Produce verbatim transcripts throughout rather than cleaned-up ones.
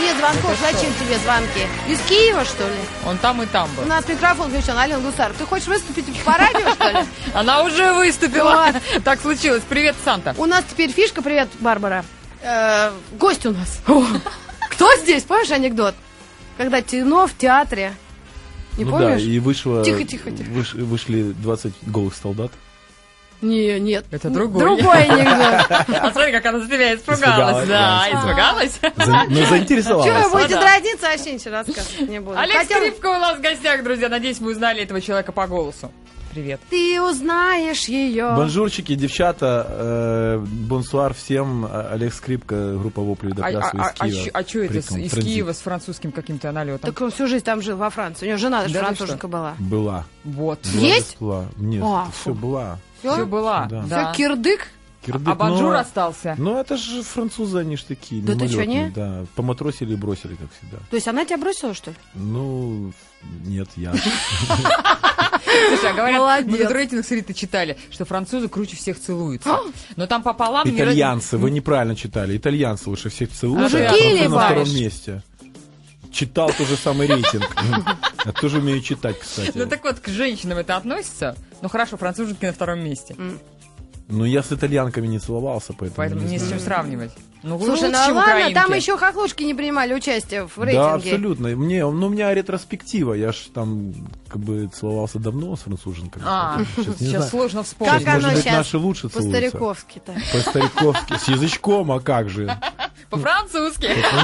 нет звонков. Это Зачем что? тебе звонки? Из Киева, что ли? Он там и там был. У нас микрофон включен. Алена Гусар, ты хочешь выступить по радио, что ли? Она уже выступила. Так случилось. Привет, Санта. У нас теперь фишка. Привет, Барбара. Э, Гость у нас. Кто здесь? Помнишь анекдот? Когда темно в театре. Не ну помнишь? Да, и вышло, Тихо, тихо, тихо. Выш, вышли двадцать голых солдат. Не, нет. Это другой. Другой анекдот. А смотри, как она за тебя испугалась. Испугалась, Да, да. испугалась. За, ну, заинтересовалась. Чего вы будете да. дразниться, вообще ничего рассказывать не буду. Олег Хотела- Скрипка у нас в гостях, друзья. Надеюсь, вы узнали этого человека по голосу. Привет. Ты узнаешь ее. Бонжурчики, девчата, э, бонсуар всем. Олег Скрипка, группа «Вопли и А, доплясу» а, из Киева. а, а что это с- Притом из транзит. Киева с французским каким-то налетом? Так он всю жизнь там жил, во Франции. У него жена даже Да вы француженка была. Была. Вот. Была, Есть? Была. Нет, А, все фу. была. Все была. Да. Да. Все, кирдык. Кирдык, А Бонжур но- остался. Ну, это же французы, они ж такие. Да ты чё, мимолетные, не? Да, поматросили и бросили, как всегда. То есть она тебя бросила, что ли? Ну, нет, я. Слушай, а говорят, Молодец. мы тут рейтинг с Ритой читали, что французы круче всех целуются. Но там пополам... не Итальянцы, вы неправильно читали. Итальянцы лучше всех целуют, Мужики а французы или на втором бабушки? месте. Читал тот же самый рейтинг. Я тоже умею читать, кстати. Ну так вот, к женщинам это относится? Ну хорошо, француженки на втором месте. Но я с итальянками не целовался, поэтому... Поэтому не не с знаю. чем сравнивать. Ну, вы Слушай, лучше, ну чем ладно, украинки. там еще хохлушки не принимали участие в рейтинге. Да, абсолютно. Мне, ну, у меня ретроспектива. Я ж там как бы целовался давно с француженками. А, Сейчас не сейчас знаю. сложно вспомнить. Как оно Может быть, щас наши лучше целуются. По-стариковски-то. По-стариковски. С язычком, а как же? По-французски.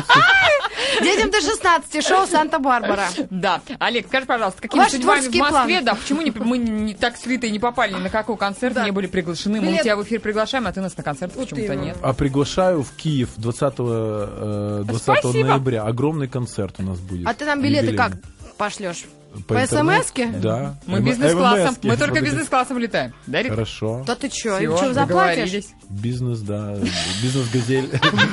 Детям до шестнадцати, шоу «Санта-Барбара». Да. Олег, скажи, пожалуйста, какими Ваши судьбами в творческие Москве, планы. да, почему не- мы не, не так с Ритой не попали ни на какой концерт, Да. не были приглашены? Мы Билет- тебя в эфир приглашаем, а ты нас на концерт Вот почему-то именно. нет. А приглашаю в Киев двадцатого, э, двадцатого Спасибо. ноября. Огромный концерт у нас будет. А ты нам билеты Юбилейный. как пошлешь? По по интернету? СМС-ке? Да. Мы Эм- бизнес-классом. эм эс-ки. Мы только Благодарю. бизнес-классом летаем. Да, Рита? Хорошо. Да ты что, им Всё, что, заплатишь? договорились. Бизнес, да. Бизнес-газель.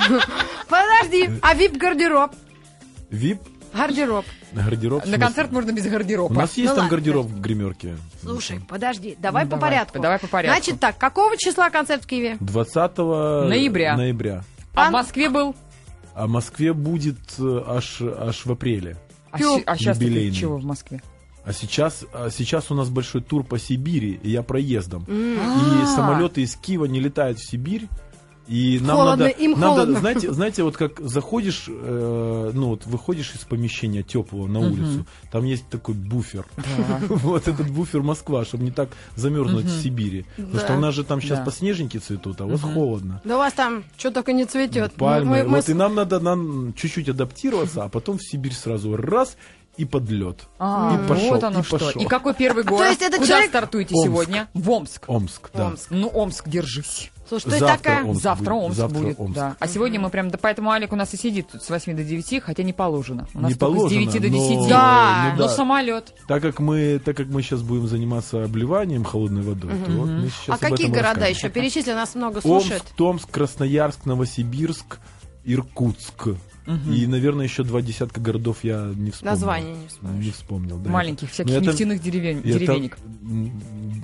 Подожди, а вип-гардероб? Вип, Гардероб. гардероб. в На смысле? концерт можно без У гардероба. нас есть Ну там ладно. гардероб в гримерке. Слушай, подожди, давай Ну, по давай, порядку. давай по порядку. Значит так, какого числа концерт в Киеве? двадцатого Ноября. ноября. А в Москве был? А в Москве будет э, аж, аж в апреле. А, Пёк. щи- а сейчас Юбилейный. чего в Москве? А сейчас, а сейчас у нас большой тур по Сибири, и я проездом. И А. самолеты из Киева не летают в Сибирь. И нам Холодно, надо, им надо, холодно. знаете, знаете, вот как заходишь, э, ну вот выходишь из помещения теплого на улицу, там есть такой буфер. Вот этот буфер Москва, чтобы не так замерзнуть в Сибири. Потому что Да. у нас же там сейчас Да. подснежники цветут, а у вас холодно. Да у вас там что только не цветет. Пальмы. Мы- мы Вот с- и нам надо нам чуть-чуть адаптироваться, а потом в Сибирь сразу раз и под лед. А, И пошел, вот оно и что. пошел. И какой первый город? есть это Куда человек- стартуете Омск. сегодня? В Омск. Омск, да. Омск. Ну, Омск, держись. Слушай, что это Завтра такая? Омск Завтра будет. Омск Завтра будет, Омск. да. А сегодня мы прям, да, поэтому Алик у нас и сидит тут с восьми до девяти, хотя не положено. У нас Не только положено, с девяти до но- десяти. Да. ну Но да. самолет. Так как мы, так как мы сейчас будем заниматься обливанием холодной водой, то вот мы сейчас А об какие этом города расскажем. еще? Перечисли, нас много слушают. Омск, Томск, Красноярск, Новосибирск, Иркутск. И, наверное, еще два десятка городов я не вспомнил. Названия не вспомнишь. Не вспомнил, да. Маленьких Но всяких я там- нефтяных деревень, я там, деревенек. м,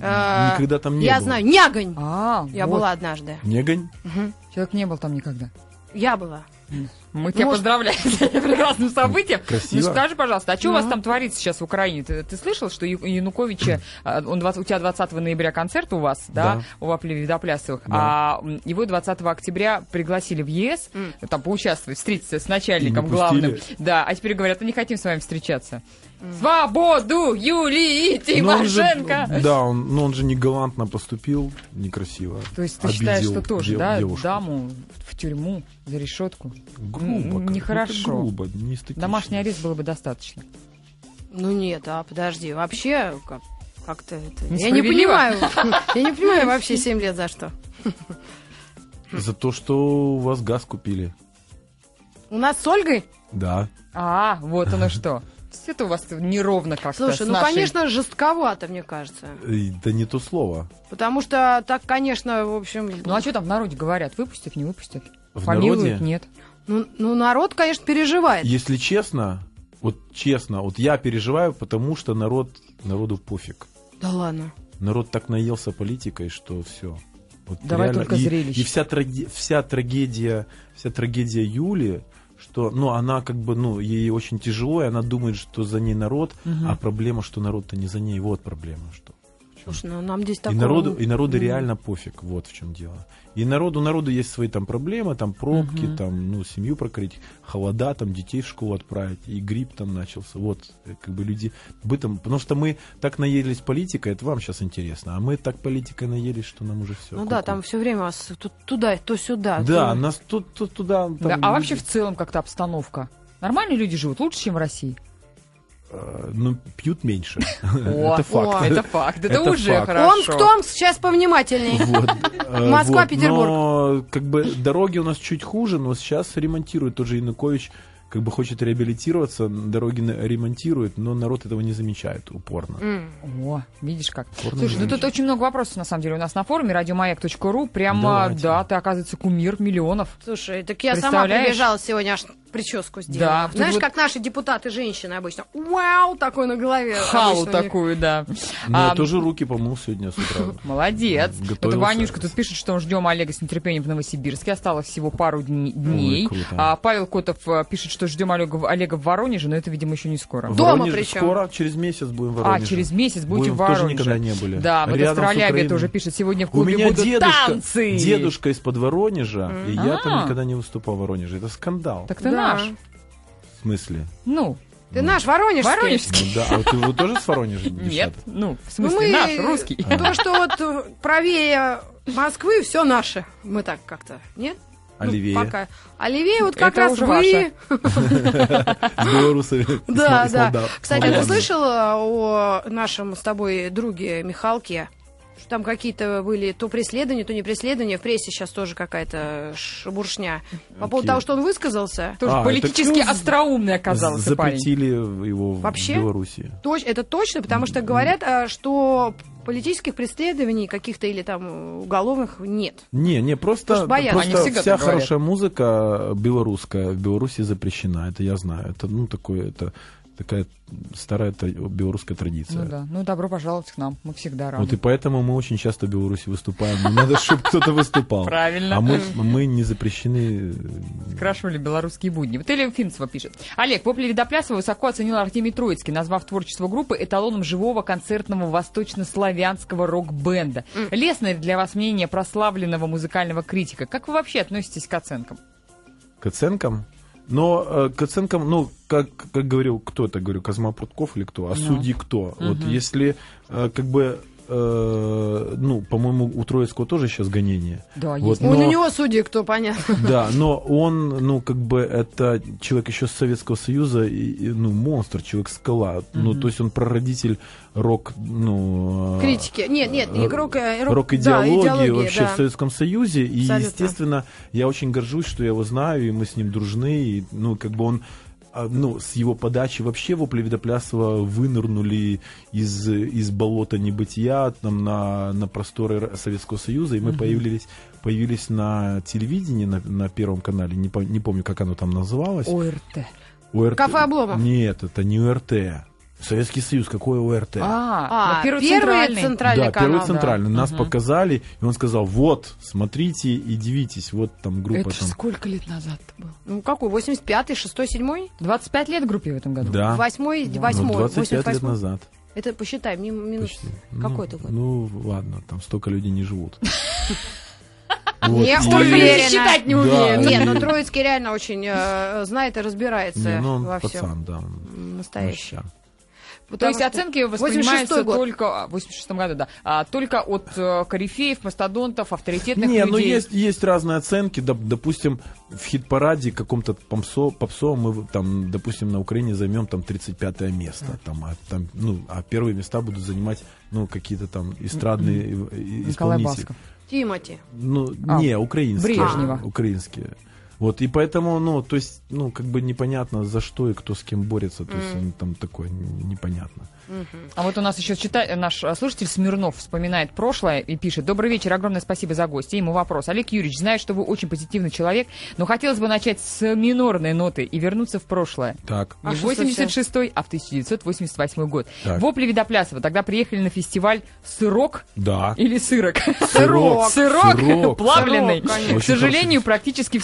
А, никогда там не Я был. знаю, Нягань. А, Я вот. была однажды. Негань? Человек не был там никогда. Я была. Мы тебя Может- поздравляем с этим прекрасным событием. Красиво. Ну скажи, пожалуйста, а что у вас там творится сейчас в Украине? Ты, ты слышал, что Ю- Януковича, а, он двадцать у тебя двадцатого ноября концерт у вас, да, Да. у Вопли Видоплясовых, Да. а м, его двадцатого октября пригласили в ЕС, там поучаствовать, встретиться с начальником И не пустили. главным. Да, а теперь говорят, мы не хотим с вами встречаться. Свободу Юлии Но он же- Тимошенко! да, он, но он же не галантно поступил, некрасиво. То есть ты обидел считаешь, что тоже, дев- да, девушку. даму в тюрьму за решетку? Грубо. М, как-то, нехорошо. это грубо, не эстетично. Домашний арест было бы достаточно. Ну нет, а подожди, вообще как, как-то это... Я не Несправедливо? понимаю. Я не понимаю вообще семь лет за что. За то, что у вас газ купили. У нас с Ольгой? Да. А, вот оно что. Это у вас неровно как-то. Слушай, с ну, нашей- конечно, жестковато, мне кажется. И- Да не то слово. Потому что так, конечно, в общем... Ну а что там в народе говорят? Выпустят, не выпустят? В Помилуют, народе? нет. Ну, ну, народ, конечно, переживает. Если честно, вот честно, вот я переживаю, потому что народ, народу пофиг. Да ладно. Народ так наелся политикой, что все. Вот Давай реально. только и, зрелищ. и вся, траге- вся трагедия, вся трагедия Юли, что, ну, она как бы, ну, ей очень тяжело, и она думает, что за ней народ, Мгм. а проблема, что народ-то не за ней, вот проблема, что. Слушай, ну нам здесь И такого... народу, и народу М. реально пофиг, вот в чем дело. И народу, народу есть свои там проблемы, там пробки, Мгм. там, ну, семью прокрыть, холода, там, детей в школу отправить, и грипп там начался. Вот, э, как бы люди бытом, потому что мы так наелись политикой, это вам сейчас интересно, а мы так политикой наелись, что нам уже все. Ну да, там все время вас тут туда, то сюда. Да, то- нас тут, тут туда. Там Да, а люди, вообще в целом как-то обстановка? Нормальные люди живут лучше, чем в России? э, ну, пьют меньше. О, Это факт. Это факт, это Это уже факт. хорошо. Омск, Томск, сейчас повнимательней. Вот, э, Москва, вот. Петербург. Но как бы дороги у нас чуть хуже, но сейчас ремонтирует тот же Янукович, как бы хочет реабилитироваться, дороги на- ремонтирует, но народ этого не замечает упорно. М. О, видишь как. Упорно Слушай, ну не тут очень много вопросов, на самом деле, у нас на форуме радиомаяк точка ру. Прямо, Давайте. да, ты, оказывается, кумир миллионов. Слушай, так я сама Представляешь? прибежала сегодня, аж прическу сделала. Да, тут Знаешь, вот- как наши депутаты женщины обычно. Вау, такой на голове. Халу обычно у них. такую, да. Ну, А, я тоже руки помыл сегодня с утра. Молодец. Готовился. Это Ванюшка тут пишет, что мы ждем Олега с нетерпением в Новосибирске. Осталось всего пару дни- дней. круто. А Павел Котов э, пишет, что ждем Олега, в- Олега в Воронеже, но это, видимо, еще не скоро. В Дома Воронеже причем. скоро, через месяц будем в А, Воронеже. через месяц будете Будем, в Воронеже. тоже никогда не были. Да, вот Рядом с Астролябия Украиной. тоже пишет, сегодня в У клубе меня будут дедушка, танцы. дедушка из-под Воронежа, и я А. там никогда не выступал в Воронеже. Это скандал. Так ты Да. наш. В смысле? Ну, Ты наш воронежский. воронежский. Ну да, а ты вы тоже с Воронежа, Нет, девчата? ну, в Ну, смысле, мы- наш, русский. То, что вот э, правее Москвы, все наше. Мы так как-то, нет? А Ну, левее? пока. А левее вот как Это раз уже вы. Белорусы. Да, с да. Молдав- Кстати, а ты Молдаванами. слышала о нашем с тобой друге Михалке? Что там какие-то были то преследования, то не преследования. В прессе сейчас тоже какая-то шебуршня. По поводу Окей. того, что он высказался. Тоже А, политически это кто остроумный оказался парень. Запретили его Вообще? в Белоруссии. Точ- это точно, потому что говорят, а, что политических преследований каких-то или там уголовных нет. Не, не, Потому просто, что боятся. просто Они всегда вся так говорят. хорошая музыка белорусская в Беларуси запрещена. Это я знаю. Это, ну, такое, это такая старая тра- белорусская традиция. Ну да, ну добро пожаловать к нам, мы всегда рады. Вот и поэтому мы очень часто в Беларуси выступаем. Но надо, чтобы кто-то выступал. Правильно. А мы, мы не запрещены. Скрашивали белорусские будни. Вот Илья Финцева пишет. Олег, вопли Видоплясова высоко оценил Артемий Троицкий, назвав творчество группы эталоном живого концертного восточнославянского рок-бенда. Лестное ли для вас мнение прославленного музыкального критика? Как вы вообще относитесь к оценкам? К оценкам? Но э, к оценкам, ну, как, как говорил, кто это говорил, Козьма Прутков или кто? А Ну. судьи кто? Вот если, э, как бы, э, ну, по-моему, у Троицкого тоже сейчас гонение. Да, Вот, есть. Ой, но- у него судьи, кто понятно. Да, но он, ну, как бы, это человек еще с Советского Союза, и, и, ну, монстр, человек-скала. Ну, то есть он прародитель рок, ну... э, Критики. Нет, нет, не рок, а рок- рок-идеологии да, идеология, вообще да. в Советском Союзе. И, Абсолютно. естественно, я очень горжусь, что я его знаю, и мы с ним дружны. И, ну, как бы он, а, ну, с его подачи вообще вопли Видоплясова вынырнули из, из болота небытия там, на, на просторы Р- Советского Союза, и мы появились, появились на телевидении, на, на Первом канале, не, по- не помню, как оно там называлось. ОРТ. ОРТ. Кафе Обломов. Нет, это не ОРТ. Советский Союз, какой ОРТ? А, А, ну, первый первый центральный. центральный Да, канал. первый центральный. Нас Мгм. показали, и он сказал, вот, смотрите и дивитесь, вот там группа Это ж там. сколько лет назад было? Ну, какой? восемьдесят пятый, шестой, седьмой? двадцать пять лет группе в этом году? Да, Восьмой, ну, восьмой, двадцать пять лет восемьдесят восьмой. назад. Это посчитай, ми- минус. Почти. Какой ну, ты год? Ну, ладно, там столько людей не живут. Не Вот, и- уверена. считать не Да, умеют. и- Нет, ну Троицкий реально очень э, знает и разбирается Не, ну он во всем. пацан, да. он Настоящий. моща. То Потому есть что оценки восемьдесят воспринимаются шестой год. только... а, В восемьдесят шестом году, да. А, только от э, корифеев, мастодонтов, авторитетных Не, людей. ну есть, есть разные оценки. Доп- допустим, в хит-параде каком-то попсо, попсо мы там, допустим, на Украине займем там тридцать пятое место. Там, а, там, ну, а первые места будут занимать ну, какие-то там эстрадные и- и- Николай исполнители. Басков. Тимати. Ну, А, не, украинские. Брежнева. Украинские. Вот, и поэтому, ну, то есть, ну, как бы непонятно, за что и кто с кем борется. То есть, Мгм. там такое непонятно. А вот у нас еще чита... наш а, слушатель Смирнов вспоминает прошлое и пишет: «Добрый вечер, огромное спасибо за гости». Ему вопрос. Олег Юрьевич, знаю, что вы очень позитивный человек, но хотелось бы начать с минорной ноты и вернуться в прошлое. Так. А Не в что восемьдесят шестой, а в тысяча девятьсот восемьдесят восьмой год. Так. Вопли Видоплясова. Тогда приехали на фестиваль «Сырок» Да. или «Сырок». Сырок. Сырок, Сырок. плавленый. Сырок, конечно. К сожалению, практически все команды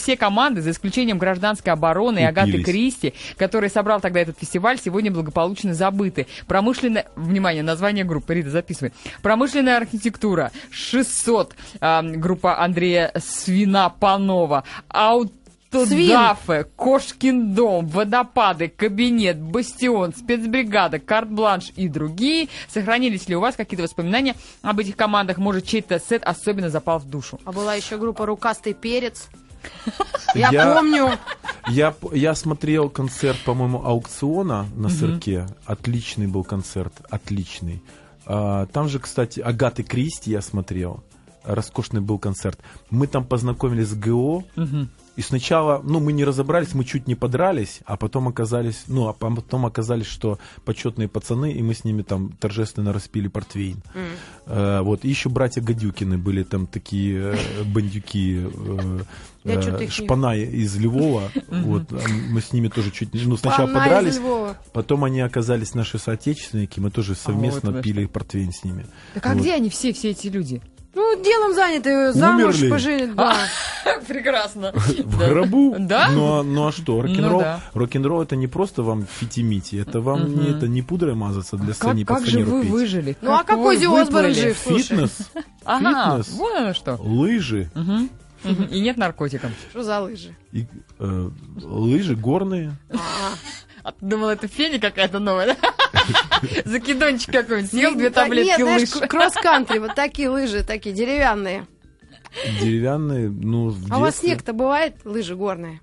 команды, за исключением гражданской обороны и Агаты Кристи, который собрал тогда этот фестиваль, сегодня благополучно забыты. Промышленная... Внимание, название группы. Рита, записывай. Промышленная архитектура. шестьсот. Э, группа Андрея Свинопанова. Аут Дафе, Кошкин дом, Водопады, Кабинет, Бастион, Спецбригада, Карт-бланш и другие. Сохранились ли у вас какие-то воспоминания об этих командах? Может, чей-то сет особенно запал в душу? А была еще группа «Рукастый перец». Я, я помню. Я, я смотрел концерт, по-моему, аукциона на Сырке. Mm-hmm. Отличный был концерт, отличный. А, там же, кстати, Агаты Кристи я смотрел. Роскошный был концерт. Мы там познакомились с ГО. Mm-hmm. И сначала, ну, мы не разобрались, мы чуть не подрались, а потом оказались, ну, а потом оказались, что почетные пацаны, и мы с ними там торжественно распили портвейн. Mm. Э, вот, и еще братья Гадюкины были там такие э, бандюки, э, э, шпана из Львова. Вот, мы с ними тоже чуть, ну, сначала шпана подрались, потом они оказались наши соотечественники, мы тоже совместно а вот пили портвейн с ними. Так а вот. Где они все, все эти люди? Ну, делом заняты, замуж пожили, да. Прекрасно. В гробу? Да? Ну, ну а что, рок-н-ролл? Рок-н-ролл это не просто вам фитимити, это вам не, это не пудрой мазаться для сцены. Как, как же вы пить. Выжили? Ну, а какой Оззи Осборн жив, Фитнес. Ага, вот оно что. Лыжи. И нет наркотиков. Что за лыжи? И, э, лыжи горные. А ты думала, это феня какая-то новая, да? Закидончик какой-нибудь, съел две таблетки лыж. Кросс-кантри, вот такие лыжи, такие деревянные. Деревянные, ну, в детстве. А у вас снег-то бывает, лыжи горные?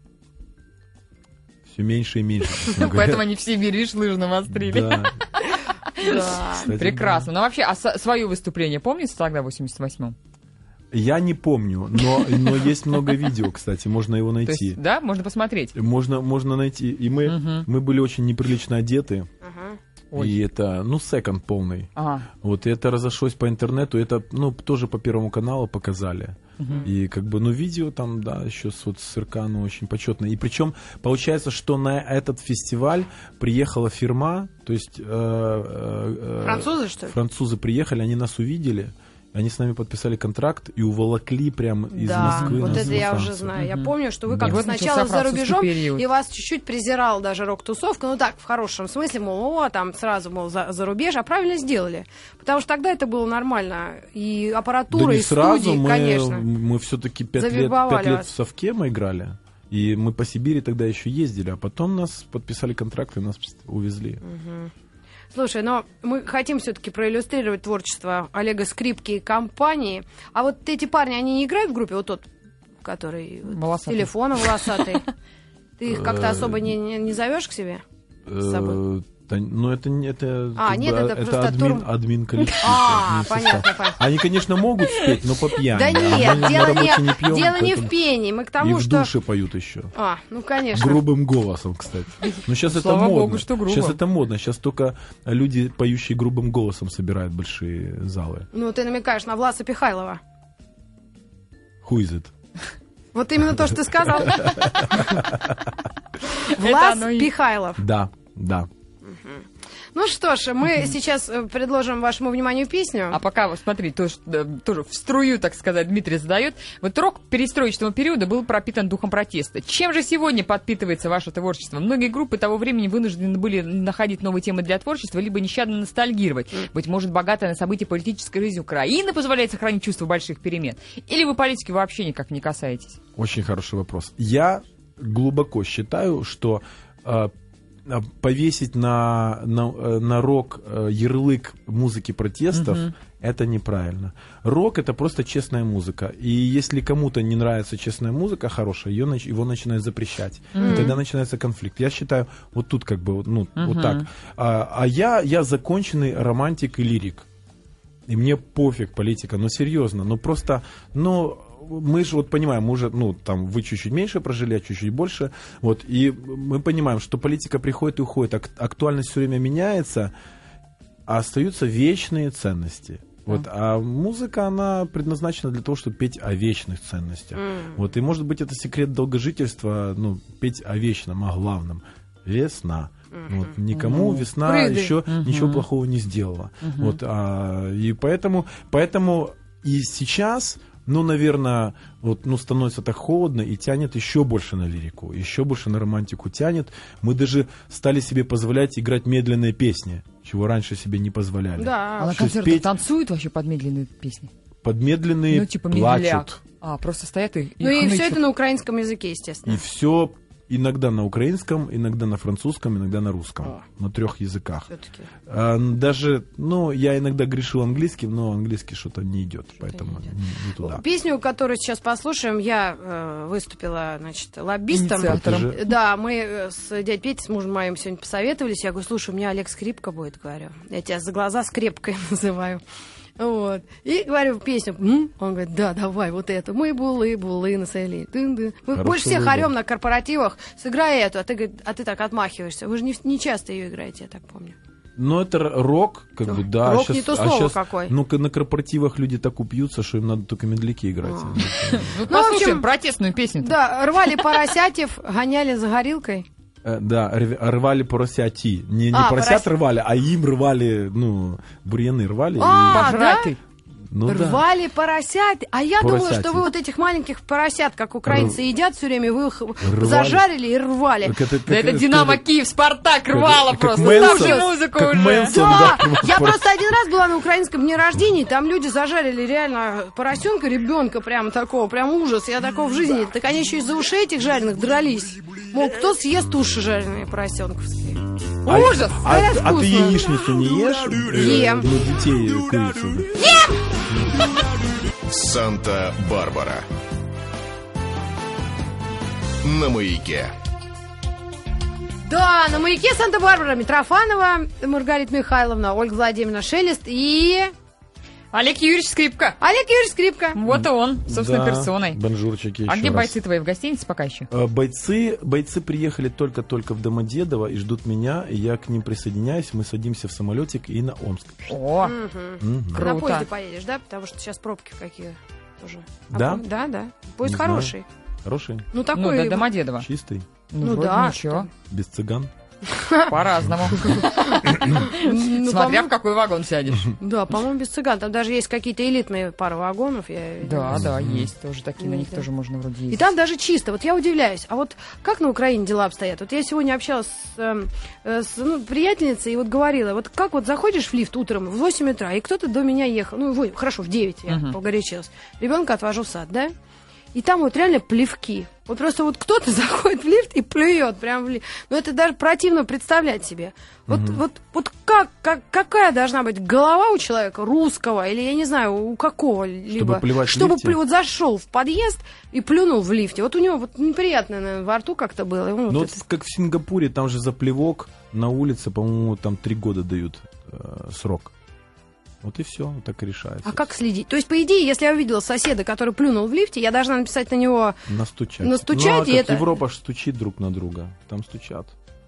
Все меньше и меньше. Поэтому они в Сибири, видишь, лыжи навострили. Да. Прекрасно. Ну, вообще, а свое выступление помните тогда, в восемьдесят восьмом? Я не помню, но, но есть много видео, кстати, можно его найти. То есть, да, можно посмотреть. Можно, можно найти. И мы, uh-huh. мы были очень неприлично одеты. Uh-huh. И это, ну, секонд полный. Uh-huh. Вот, и это разошлось по интернету, это, ну, тоже по Первому каналу показали. Uh-huh. И как бы, ну, видео там, да, еще с вот Сырка, ну, очень почетно. И причем получается, что на этот фестиваль приехала фирма, то есть... Э, э, французы, что ли? Французы приехали, они нас увидели. Они с нами подписали контракт и уволокли прям из да, Москвы. Вот на это я уже знаю. Mm-hmm. Я помню, что вы как-то да. сначала за рубежом, период. И вас чуть-чуть презирал даже рок-тусовка. Ну так, в хорошем смысле, мол, о, там сразу, мол, за, за рубеж. А правильно сделали. Потому что тогда это было нормально. И аппаратура, да и не сразу, студии, мы, конечно. Мы все-таки пять лет, пять лет в совке мы играли. И мы по Сибири тогда еще ездили. А потом нас подписали контракт и нас увезли. Mm-hmm. Слушай, но мы хотим все-таки проиллюстрировать творчество Олега Скрипки и компании. А вот эти парни, они не играют в группе? Вот тот, который с телефоном волосатый. Ты их как-то особо не, не, не зовешь к себе с собой? Ну, это, это, а, нет, бы, это, это просто админ, тур... админ коллектив. А, понятно, понятно. Они, конечно, могут спеть, но по пьяни. Да нет, а дело, не, не, пьем, дело не в пении, мы к тому, и что... И в душе поют еще. А, ну, конечно. Грубым голосом, кстати. Но сейчас это модно. Богу, что грубо. Сейчас это модно. Сейчас только люди, поющие грубым голосом, собирают большие залы. Ну, ты намекаешь на Власа Пихайлова. Who is it? Вот именно то, что ты сказал. Влас Пихайлов. Да, да. Ну что ж, мы сейчас предложим вашему вниманию песню. А пока, смотри, тоже, тоже в струю, так сказать, Дмитрий задает. Вот рок перестроечного периода был пропитан духом протеста. Чем же сегодня подпитывается ваше творчество? Многие группы того времени вынуждены были находить новые темы для творчества, либо нещадно ностальгировать. Быть может, богатая на события политическая жизнь Украины позволяет сохранить чувство больших перемен? Или вы политики вообще никак не касаетесь? Очень хороший вопрос. Я глубоко считаю, что... повесить на, на, на рок ярлык музыки протестов, uh-huh. это неправильно. Рок — это просто честная музыка. И если кому-то не нравится честная музыка хорошая, ее, его начинают запрещать. Uh-huh. И тогда начинается конфликт. Я считаю, вот тут как бы, ну, uh-huh. вот так. А, а я, я законченный романтик и лирик. И мне пофиг политика, ну серьезно, ну просто, ну... Мы же вот понимаем, мы уже, ну, там, вы чуть-чуть меньше прожили, а чуть-чуть больше, вот, и мы понимаем, что политика приходит и уходит, ак- актуальность все время меняется, а остаются вечные ценности. Вот, а музыка, она предназначена для того, чтобы петь о вечных ценностях. Mm. Вот, и, может быть, это секрет долгожительства, ну, петь о вечном, о главном. Весна. Mm-hmm. Вот, никому mm-hmm. весна Прыгай. еще mm-hmm. ничего плохого не сделала. Mm-hmm. Вот, а, и поэтому, поэтому и сейчас... ну, наверное, вот, ну, становится так холодно и тянет еще больше на лирику, еще больше на романтику тянет. Мы даже стали себе позволять играть медленные песни, чего раньше себе не позволяли. Да. А на концертах петь... танцуют вообще под медленные песни? Под медленные ну, типа плачут. А, просто стоят и, и Ну и все это на украинском языке, естественно. И все иногда на украинском, иногда на французском, иногда на русском. О. На трех языках. А, даже, ну, я иногда грешил английским, но английский что-то не идет, что-то поэтому не, идет. Не, не туда. Песню, которую сейчас послушаем, я э, выступила, значит, лоббистом. Же... Да, мы с дядей Петей, с мужем моим сегодня посоветовались. Я говорю, слушай, у меня Олег Скрипка будет, говорю. Я тебя за глаза скрепкой называю. Вот. И говорю песню. М? Он говорит, да, давай вот эту. Мы булы, булы на селе. Мы Хорошо больше всех выбор. Орем на корпоративах. Сыграй эту, а ты, говорит, а ты так отмахиваешься. Вы же не, не часто ее играете, я так помню. Ну, это рок, как бы, да. Рок сейчас, не то слово а сейчас, какой. Ну, на корпоративах люди так упьются, что им надо только медляки играть. Ну, послушаем протестную песню. Да, рвали поросятев, гоняли за горилкой. Да, рвали поросяти. Не, не а, поросят порос... рвали, а им рвали, ну, бурьяны рвали. А, и... да? Ну, рвали да. поросят. А я поросяти. думала, что вы вот этих маленьких поросят, как украинцы Р... едят все время, вы их рвали. Зажарили и рвали. Как это, как, да это как, Динамо как, Киев, Спартак рвало как, просто. Слушай музыку как уже. Мэнсон, да, да, я просто один раз была на украинском дне рождения, там люди зажарили реально поросенка, ребенка прямо такого, прям ужас. Я такого в жизни. Так они еще из-за ушей этих жареных дрались. Мол, кто съест уши жареные поросенковские. А, ужас! А, а, а ты яичницу не ешь? Ем. Для детей курицу. Ем! Санта-Барбара. На маяке. Да, на маяке Санта-Барбара. Митрофанова Маргарита Михайловна, Ольга Владимировна Шелест и... Олег Юрьевич Скрипка. Олег Юрьевич Скрипка. Вот и он, собственно, да, персоной. Бонжурчики. А где раз. бойцы твои? В гостинице пока еще? Бойцы, бойцы приехали только-только в Домодедово и ждут меня, и я к ним присоединяюсь. Мы садимся в самолетик и на Омск. О, угу. Угу. Круто. На поезде поедешь, да? Потому что сейчас пробки какие тоже. Да? А, да, да. Поезд Не хороший. Знаю. Хороший? Ну, такой... Ну, до Домодедово. Чистый? Ну, ну да. Ничего. Без цыган? По-разному. Смотря в какой вагон сядешь. Да, по-моему, без цыган. Там даже есть какие-то элитные пары вагонов. Да, да, есть тоже такие. На них тоже можно вроде ездить. И там даже чисто. Вот я удивляюсь. А вот как на Украине дела обстоят? Вот я сегодня общалась с приятельницей и вот говорила, вот как вот заходишь в лифт утром в восемь утра, и кто-то до меня ехал. Ну, хорошо, в девять я погорячилась. Ребенка отвожу в сад, да? И там вот реально плевки. Вот просто вот кто-то заходит в лифт и плюет прям в лифт. Ну, это даже противно представлять себе. Вот, угу. вот, вот как, как, какая должна быть голова у человека русского, или, я не знаю, у какого-либо, чтобы плевать чтобы в лифте? Вот зашел в подъезд и плюнул в лифте. Вот у него вот неприятно, наверное, во рту как-то было. Ну, вот вот это... как в Сингапуре, там же за плевок на улице, по-моему, там три года дают э, срок. Вот и все, так и решается. А как следить? То есть, по идее, если я увидела соседа, который плюнул в лифте, я должна написать на него... Настучать. Настучать, ну, а и как это... Европа ж стучит друг на друга. Там стучат.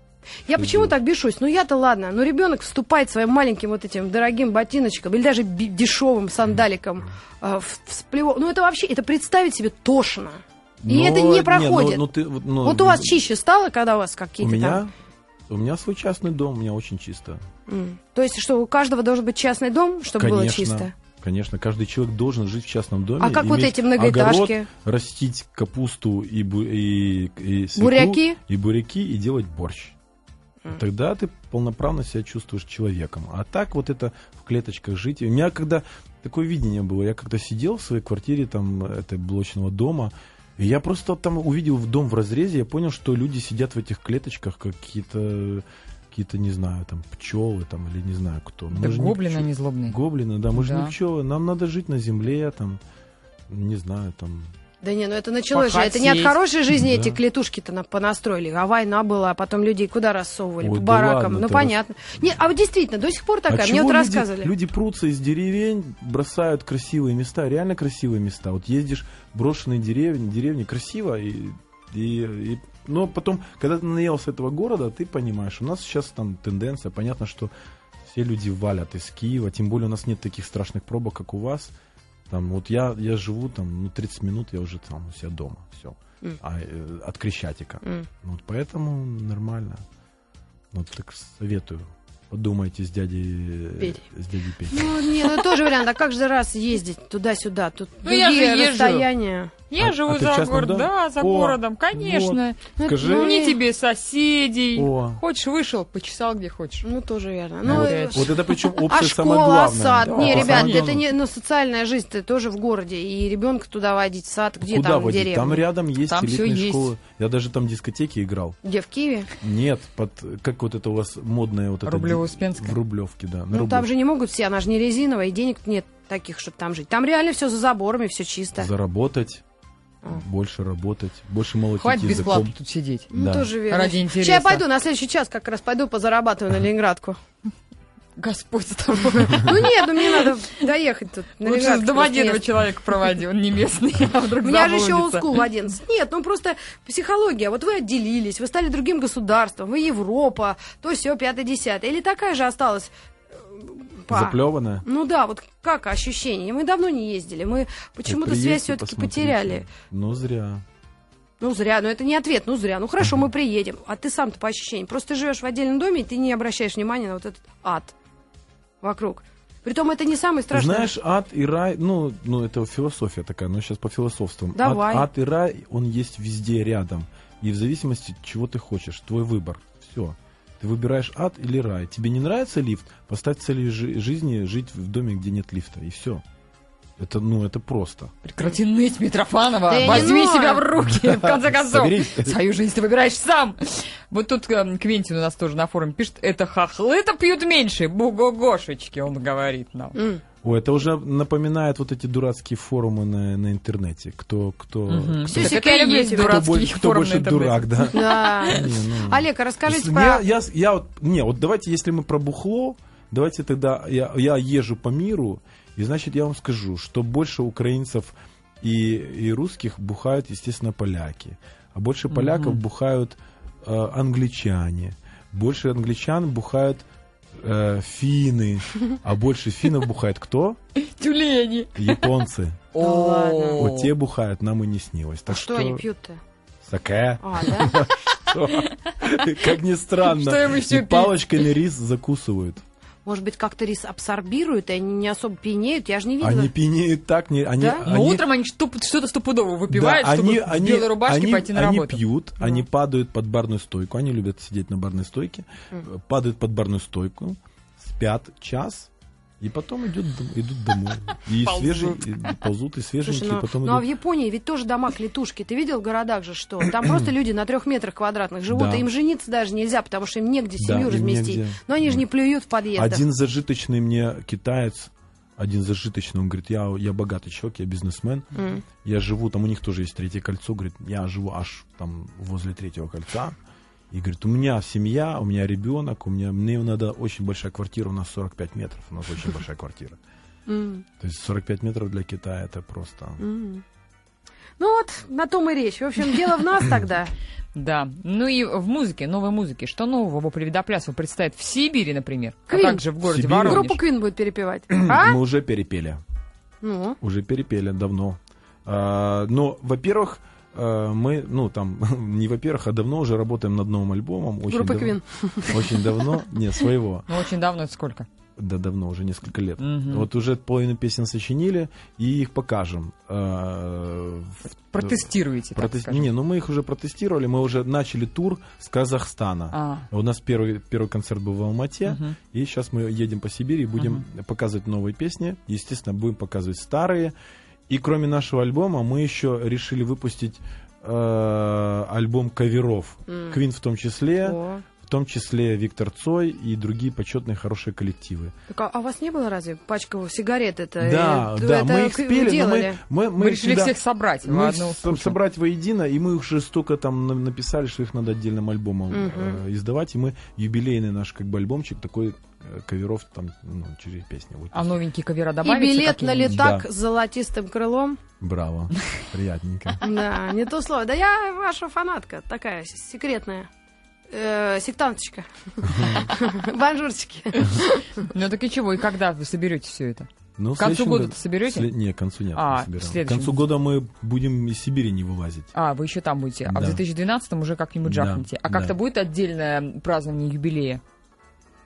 Я почему так бешусь? Ну, я-то ладно. Но ребенок вступает своим маленьким вот этим дорогим ботиночком или даже би- дешевым сандаликом э, в, в сплево... Ну, это вообще... Это представить себе тошно. И но, это не проходит. Не, ну, ну, ты, ну, вот у вас чище стало, когда у вас какие-то у меня, там... У меня свой частный дом, у меня очень чисто. Mm. То есть, что у каждого должен быть частный дом, чтобы конечно, было чисто? Конечно, каждый человек должен жить в частном доме. А как вот эти многоэтажки? Огород, растить капусту и, бу- и, и свеклу, буряки? И буряки, и делать борщ. Mm. Тогда ты полноправно себя чувствуешь человеком. А так вот это в клеточках жить. У меня когда такое видение было, я когда сидел в своей квартире там, это блочного дома, и я просто там увидел дом в разрезе, я понял, что люди сидят в этих клеточках, как какие-то, какие-то, не знаю, там, пчелы, там, или не знаю кто. Да гоблины они злобные. Гоблины, да, мы да. же не пчелы, нам надо жить на земле, там, не знаю, там... Да не, ну это началось же, это не от хорошей жизни эти клетушки-то понастроили, а война была, а потом людей куда рассовывали? Ой, по баракам, да ладно, ну понятно. Рас... Нет, а вот действительно, до сих пор такая, а мне вот люди, рассказывали. Люди прутся из деревень, бросают красивые места, реально красивые места. Вот ездишь в брошенные деревни, деревни красиво, и, и, и, но потом, когда ты наелся этого города, ты понимаешь, у нас сейчас там тенденция, понятно, что все люди валят из Киева, тем более у нас нет таких страшных пробок, как у вас. Там, вот я, я живу там, ну, тридцать минут, я уже там у себя дома, все, mm. а, э, от Крещатика. Mm. Вот поэтому нормально. Вот так советую. Подумайте с дядей Петей. С дядей Петей. Ну, нет, ну тоже вариант. А как же раз ездить туда-сюда? Тут ну, я же расстояния. Я а, живу а за городом, да, за О, городом, конечно. Вот. Скажи. Ну, не тебе соседей. О. Хочешь, вышел, почесал, где хочешь. Ну, тоже верно. Ну, ну, вот, э... вот это причем опция а самое школа, главное. сад. Да, не, да, ребят, это не ну, социальная жизнь-то тоже в городе. И ребенка туда водить, сад, где Куда там водить? в деревне? Там рядом есть там элитные школы. Я даже там в дискотеке играл. Где, в Киеве? Нет, под как вот это у вас модное вот это. Рублево-Успенское. В Рублевке, да. Ну, там же не могут все, она же не резиновая, и денег нет таких, чтобы там жить. Там реально все за заборами, все чисто. Заработать. Больше работать, больше молотить Хватит языком. бесплатно тут сидеть. Ну, да. тоже верно. Ради интереса. Сейчас я пойду, на следующий час как раз пойду позарабатываю на Ленинградку. Господь с тобой. Ну нет, ну мне надо доехать тут. Лучше с Домодедово человека проводи, он не местный, а вдруг У меня же еще олдскул в одиннадцать. Нет, ну просто психология. Вот вы отделились, вы стали другим государством, вы Европа, то все, пятое-десятое. Или такая же осталась... Па. Заплеванная? Ну да, вот как ощущение. Мы давно не ездили, мы почему-то связь все-таки потеряли. Ну зря. Ну зря, но это не ответ, ну зря. Ну хорошо, мы приедем, а ты сам-то по ощущениям. Просто ты живешь в отдельном доме, и ты не обращаешь внимания на вот этот ад вокруг. Притом это не самый страшный. Знаешь, ад и рай, ну, ну это философия такая, но сейчас по философствам. Давай. Ад, ад и рай, он есть везде рядом. И в зависимости, чего ты хочешь, твой выбор. Все. Ты выбираешь ад или рай. Тебе не нравится лифт? Поставь целью жи- жизни жить в доме, где нет лифта. И все. Это, ну, это просто. Прекрати ныть, Митрофанова. Да возьми себя в руки, в конце концов. Соберись. Свою жизнь ты выбираешь сам. Вот тут э, Квентин у нас тоже на форуме пишет, это хохлы-то пьют меньше. Бугогошечки, он говорит нам. Mm. Ой, это уже напоминает вот эти дурацкие форумы на, на интернете. Кто, кто, Угу. кто, Так это и есть кто, дурацкий больше, кто форум больше на интернете. дурак, да. Да. Не, ну. Олег, а расскажите Я, про... я, я вот, не, вот давайте, если мы про бухло, давайте тогда, я, я езжу по миру, и значит я вам скажу, что больше украинцев и, и русских бухают, естественно, поляки. А больше поляков угу. бухают э, англичане. Больше англичан бухают э, финны. А больше финнов бухают кто? Тюлени. Японцы. О, вот те бухают, нам и не снилось. Так а что, что они пьют-то? Саке. А, да? Как ни странно. И палочками рис закусывают. Может быть, как-то рис абсорбируют, и они не особо пьянеют? Я же не видела. Они пьянеют так, не, они, да? они... Но утром они что-то стопудово выпивают, да, чтобы они, в белой рубашке они, пойти на они работу. Они пьют, да. Они падают под барную стойку, они любят сидеть на барной стойке, mm. падают под барную стойку, спят час, и потом идут, идут домой. И свежие, ползут, и свеженькие, Слушай, ну, потом ну идут. а в Японии ведь тоже дома-клетушки. Ты видел в городах же что? Там просто люди на трех метрах квадратных живут, да. и им жениться даже нельзя, потому что им негде семью да, разместить. Негде. Но они же не плюют в подъездах. Один зажиточный мне китаец, один зажиточный, он говорит, я, я богатый человек, я бизнесмен, mm. я живу, там у них тоже есть третье кольцо, говорит, я живу аж там возле третьего кольца. И говорит, у меня семья, у меня ребенок, у меня, мне надо очень большая квартира, у нас сорок пять метров, у нас очень большая квартира. Mm. То есть сорок пять метров для Китая это просто... Mm. Ну вот, на том и речь. В общем, дело в нас тогда. Да. Ну и в музыке, новой музыке. Что нового Вопли Видоплясова представит в Сибири, например? Queen. А также в городе Сибирь. Воронеж. Группу Queen будет перепевать. А? Мы уже перепели. Ну? Уже перепели давно. А, но, во-первых, мы, ну, там, не во-первых, а давно уже работаем над новым альбомом. Очень Группа давно, Queen. Очень давно. Нет, своего. Ну, очень давно, это сколько? Да, давно, уже несколько лет. Угу. Вот уже половину песен сочинили, и их покажем. Протестируете, так Протест... скажем. Не, ну мы их уже протестировали, мы уже начали тур с Казахстана. А. У нас первый, первый концерт был в Алмате, угу. и сейчас мы едем по Сибири и будем угу. показывать новые песни. Естественно, будем показывать старые. И кроме нашего альбома мы еще решили выпустить э, альбом каверов. Mm. Queen в том числе, О. в том числе Виктор Цой и другие почетные хорошие коллективы. Так, а, а у вас не было разве пачка сигарет? Это, Да, это, да, это мы их спели, но мы, мы, мы, мы решили всегда, всех собрать. мы одну с, собрать воедино, и мы их уже столько там написали, что их надо отдельным альбомом uh-huh. э, издавать, и мы юбилейный наш как бы альбомчик такой каверов там, ну, через песни. А новенькие кавера добавятся? И билет на летак да. с золотистым крылом. Браво, приятненько. Да, не то слово. Да я ваша фанатка, такая секретная. Сектанточка. Бонжурчики. Ну так и чего, и когда вы соберете все это? Ну, к концу года-то соберете? След... Не, к концу нет. А, не к концу года мы будем из Сибири не вылазить. А, вы еще там будете. Да. А в две тысячи двенадцатом уже как-нибудь жахнете. Да. А как-то да. будет отдельное празднование юбилея?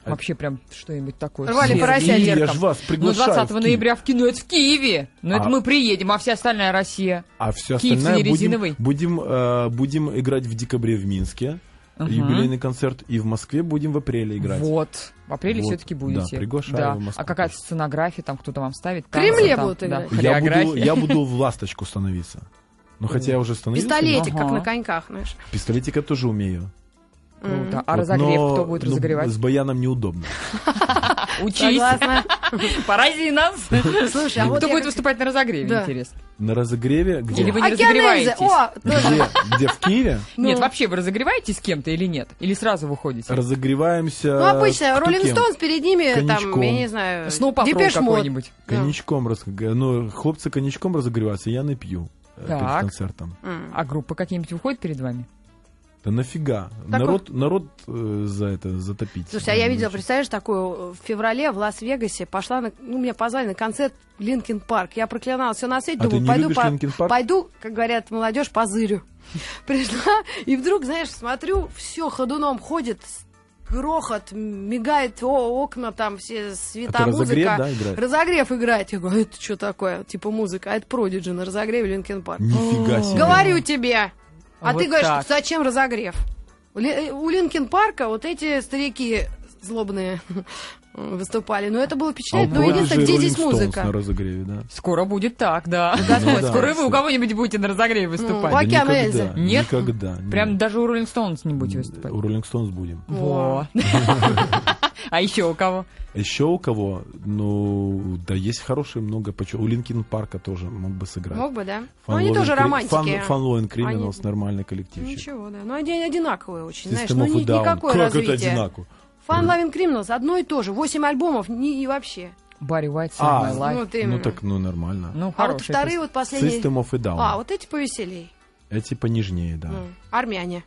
Вообще прям что-нибудь такое. Рвали поросят. Я ж вас приглашаю. Ну, двадцатого ноября в кино, это в Киеве. Ну, это А- мы приедем, а вся остальная Россия. А все Киев остальное будем, резиновый. будем, э, будем играть в декабре в Минске. Ага. Юбилейный концерт. И в Москве будем в апреле играть. Вот. В апреле Вот. все-таки будете. Да, приглашаю Да. в Москву. А какая-то сценография, там кто-то вам ставит? В Кремле танцы, там, будут да, играть? Я буду, хореография. я буду в ласточку становиться. Ну, хотя я уже становился. Пистолетик, Ага. как на коньках, знаешь. Пистолетик я тоже умею. Круто. А Вот, разогрев но- кто будет ну, разогревать? с баяном неудобно. Учись. Согласна. Порази нас. Слушай, а вот Кто я будет как- выступать на разогреве, Да. интересно? На разогреве? Где? Или вы не Океанельзы. разогреваетесь? О, тоже. Где? Где? В Киеве? Ну. Нет, вообще вы разогреваетесь с кем-то или нет? Или сразу выходите? Разогреваемся. Ну, обычно, кто Роллинг кем? Стоунс перед ними, там, Коньячком. я не знаю, Сноу Патрол Депеш Мод. какой-нибудь. Коньячком разогреваются. Ну, хлопцы коньячком разогреваются, я не пью э, перед Так. концертом. А группы какие-нибудь выходят перед вами? Да нафига? Так Народ, народ э, за это затопить. Слушай, а я видела, представляешь, такую в феврале в Лас-Вегасе пошла, на, ну, меня позвали на концерт Линкин Парк. Я проклинала все на свете, А ты думаю, не пойду, любишь по- Linkin Park? пойду, как говорят молодежь, позырю. Пришла, и вдруг, знаешь, смотрю, все ходуном ходит, грохот, мигает о, окна, там все света, Это разогрев, музыка. да, играет? Разогрев играет. Я говорю, это что такое? Типа музыка, а это Продиджи на разогреве Линкин Парк. Нифига себе. Говорю тебе. А Вот ты говоришь, так. зачем разогрев? У Ли- У Линкин Парка вот эти старики злобные выступали. Но это было А у впечатляет. Но Prodigy единственное, где Rolling здесь Stones музыка? на разогреве, да. Скоро будет так, да. Ну да. Скоро и вы у кого-нибудь будете на разогреве выступать. Ну, Океан Да Эльзы. никогда, Нет? Никогда. Прям нет. даже у Роллинг Стоунс не будете выступать. У Rolling Stones будем. Во. А еще у кого? Еще у кого? Ну, да, есть хорошие много. почему- У Линкин Парка тоже мог бы сыграть. Мог бы, да? Ну, Fun они Loving тоже Cri- романтики. Fun, Fun Loving Criminals, Они- нормальный коллективчик. Ничего, да. Но они одинаковые очень. Знаешь, System ну of ни- a Down. никакое Как это развитие. одинаково? Fun Loving Criminals одно и то же. Восемь альбомов ни- и вообще. Барри Уайт, Save А, My Life. Вот именно. Ну так, ну нормально. Ну, а вот хорошая вторые песня. вот последние... System of a Down. А, вот эти повеселей. Эти понежнее, да. Ну, армяне.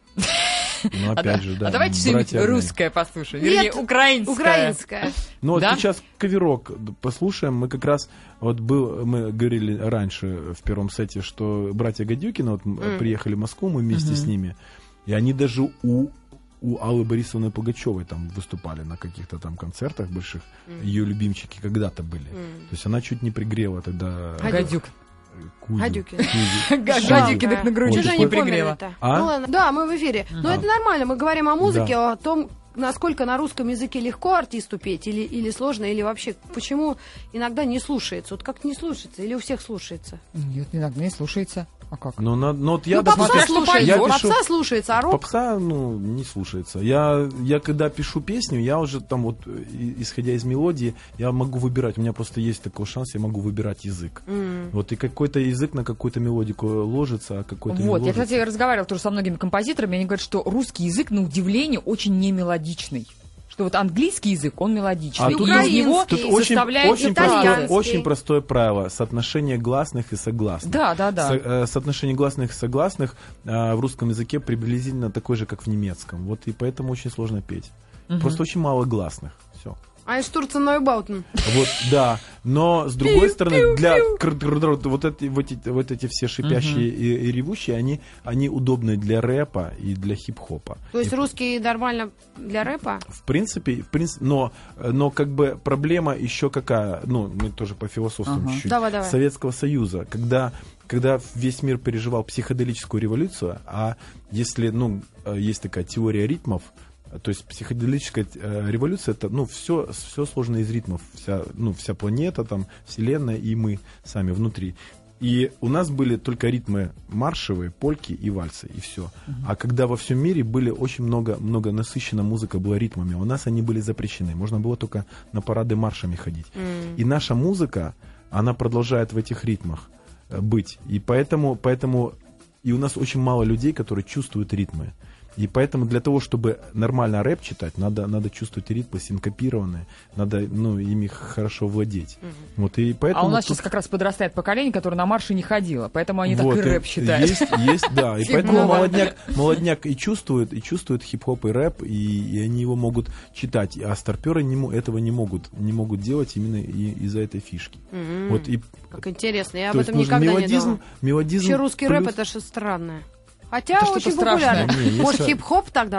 Ну, А, опять да. же, да. а давайте что-нибудь братья армяне. русское послушаем. Вернее, Нет, украинское. Украинская. Ну вот Да? сейчас каверок послушаем. Мы как раз вот был, мы говорили раньше в первом сете, что братья Гадюкины вот, м, Мгм. приехали в Москву, мы вместе Мгм. с ними, и они даже у у Аллы Борисовны Пугачевой там выступали на каких-то там концертах больших. Ее любимчики когда-то были. То есть она чуть не пригрела тогда Гадюк. Кузю. Гадюкин. Кузю. Гадюки так на груди Вот Чего же такой- они пригрела. померли-то? А? Ну ладно, да, мы в эфире. Но это нормально, мы говорим о музыке, о том, насколько на русском языке легко артисту петь, или, или сложно, или вообще почему иногда не слушается. Вот как не слушается, или у всех слушается? Нет, иногда не слушается. А как? Ну, на- ну, вот я, ну, попса допустим, слушается, я попса пишу- слушается, а рок... Попса, ну, не слушается. Я, я когда пишу песню, я уже там вот, и- исходя из мелодии, я могу выбирать. У меня просто есть такой шанс, я могу выбирать язык. М. Вот и какой-то язык на какую-то мелодику ложится, а какой-то не Вот, я, ложится. кстати, разговаривала тоже со многими композиторами, они говорят, что русский язык, на удивление, очень немелодичный. Что вот английский язык, он мелодичный. А и тут из него Тут очень, составляет очень, итальянский. простое, очень простое правило. Соотношение гласных и согласных. Да, да, да. Со- э, соотношение гласных и согласных э, в русском языке приблизительно такое же, как в немецком. Вот и поэтому очень сложно петь. Мгм. Просто очень мало гласных. Все. А из Турции Нойбаутен. Вот, да. Но с другой стороны, для кр- кр- кр- вот эти, вот эти, вот эти все шипящие и, и ревущие, они, они удобны для рэпа и для хип-хопа. То есть И, русский нормально для рэпа? в принципе, в принципе, но, но как бы проблема еще какая, ну, мы тоже пофилософствуем Ага. чуть-чуть, Давай, давай. Советского Союза, когда, когда весь мир переживал психоделическую революцию, а если, ну, э, есть такая теория ритмов, то есть психоделическая э, революция, это, ну, все, все сложно из ритмов, вся, ну, вся планета, там, вселенная и мы сами внутри. И у нас были только ритмы маршевые, польки и вальсы, и все. А когда во всем мире были очень много, много насыщена музыка была ритмами, у нас они были запрещены. Можно было только на парады маршами ходить. М. И наша музыка, она продолжает в этих ритмах э, быть. И поэтому, поэтому и у нас очень мало людей, которые чувствуют ритмы. И поэтому для того, чтобы нормально рэп читать, надо, надо чувствовать ритмы синкопированные, надо, ну, ими хорошо владеть. Вот, и поэтому А у нас тут- сейчас как раз подрастает поколение, которое на марше не ходило, поэтому они вот, так и рэп считают. Есть, есть, да. И Фигово. поэтому молодняк, молодняк и чувствует, и чувствует хип-хоп и рэп, и, и они его могут читать. А старперы не, мо- этого не могут, не могут делать именно и- из-за этой фишки. М. Вот, и, Как интересно, я об то есть этом нужен никогда не мелодизм, думала. мелодизм Вообще русский плюс- рэп это что странное. Хотя Это что-то очень страшное. популярно. Не, есть Может, ха- хип-хоп тогда уж?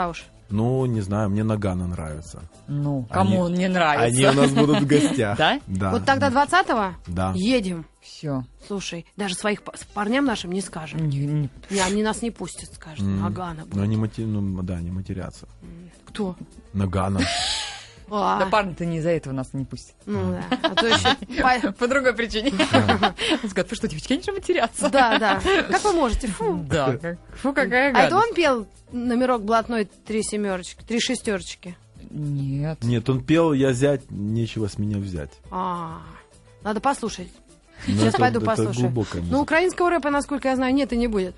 Ну, не знаю, мне Нагано нравится. Ну, кому Они- он не нравится? Они у нас будут в гостях. Да? Да. Вот тогда двадцатого Да. едем. Все. Слушай, даже своих п- парням нашим не скажем. Не, они нас не пустят, скажут. М. Нагано Ну, будет. они мати... ну, да, они матерятся. Кто? Нагано. А, Да парни-то не из-за этого нас не пустят. ну да. А то еще... по- По другой причине. Скажут, вы что, девочки, они же матерятся. Да, да. Как вы можете? Фу. Да. как- Фу, какая А это гадость. он пел номерок блатной три семерочки, три шестерочки? Нет. Нет, он пел «Я зять, нечего с меня взять». А, надо послушать. Ну, Сейчас это- пойду это послушаю. глубокая Ну, музыка. украинского рэпа, насколько я знаю, нет и не будет.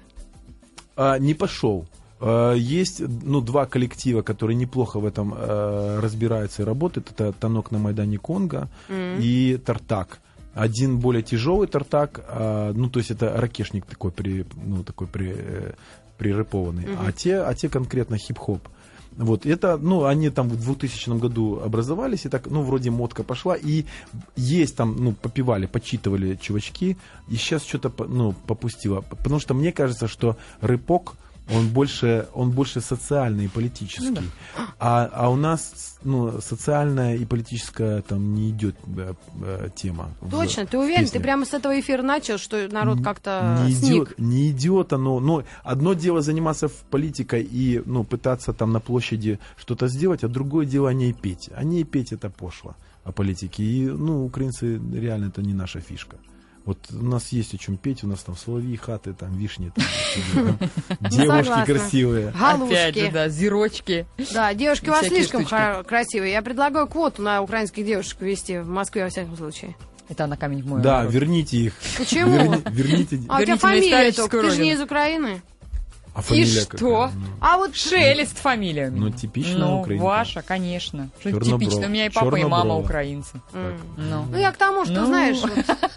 А, не пошел. А, есть, ну, два коллектива, которые неплохо в этом а, разбираются и работают. Это «Танок на Майдане Конго» и «Тартак». Один более тяжелый «Тартак», а, ну, то есть это ракешник такой, при, ну, такой при, э, прирэпованный, а, те, а те конкретно хип-хоп. Вот, это, ну, они там в двухтысячном году образовались, и так, ну, вроде модка пошла, и есть там, ну, попивали, почитывали чувачки, и сейчас что-то, ну, попустило. Потому что мне кажется, что рэпок, он больше, он больше социальный и политический. Ну а, а у нас, ну, социальная и политическая там не идет э, э, тема. в- Точно, ты в уверен? песне. Ты прямо с этого эфира начал, что народ как-то не сник? идет, не идет оно. Но одно дело заниматься в политикой и, ну, пытаться там на площади что-то сделать, а другое дело о ней петь. О ней петь это пошло, о политике. И, ну, украинцы реально это не наша фишка. Вот у нас есть о чем петь, у нас там соловьи, хаты, там вишни, там, там, девушки Согласна. красивые. Опять же, Галушки. да, зирочки. Да, девушки у вас Всякие слишком штучки. хра- красивые. Я предлагаю квоту на украинских девушек ввести в Москве, во всяком случае. Это на камень в мой Да, огород. верните их. Почему? Верни- верните. А у тебя Верните на фамилия историческую только, ты же не родину. из Украины. А фамилия что? какая? Ну, А вот Шелест фамилия у меня. Ну, типичная Ну, украинка. ваша, конечно. Что Черноброва. типично. У меня и папа, и мама Черноброва. украинцы. М. Ну. Ну, я к тому, что, Ну. знаешь, вот,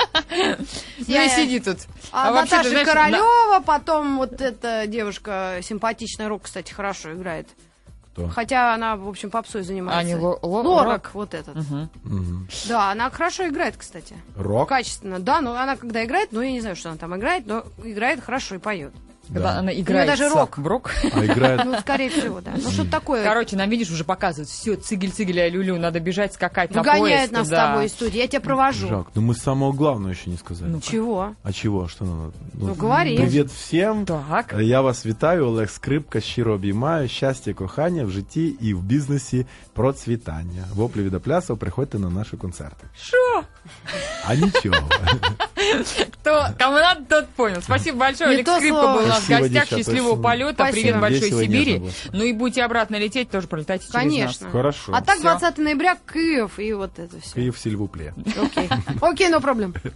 Ну Я- и сиди тут. а, вообще, Наташа ты знаешь, Королева, потом вот эта девушка симпатичная, рок, кстати, хорошо играет. Кто? Хотя она, в общем, попсой занимается. Аня Ло- Ло- Лорак, вот этот. Мгм. Мгм. Да, она хорошо играет, кстати. Рок? Качественно, да, но она когда играет, ну, я не знаю, что она там играет, но играет хорошо и поет. Когда Да. она играет даже рок. в рок. А играет... Ну, скорее всего, да. Ну, что такое? Короче, нам, видишь, уже показывают. Все, цигель-цигель, а люлю, надо бежать, скакать на Выгоняет поезд. нас да. с тобой из студии, я тебя провожу. Жак, ну мы самого главного еще не сказали. Ну, Чего? А чего? Что надо? Ну, говори. Привіт всім. Так. Я вас вітаю, Олег Скрипка, щиро обіймаю. Щастя, кохання в житті і в бізнесі процвітання. Воплі від Оплясов, приходьте на наші концерти. Шо? А нічого. Кто, кому надо, тот понял. Спасибо большое. Не Алекс то Скрипка слово. был у нас в Спасибо, гостях. девчата, Счастливого спасибо. полета. Спасибо. Привет большой Весело, Сибири. нежно было. Ну и будете обратно лететь, тоже пролетайте через Конечно. нас. Хорошо. А так Всё. двадцатого ноября Киев и вот это все. Київ Сільвуплє. Окей. Окей, no problem.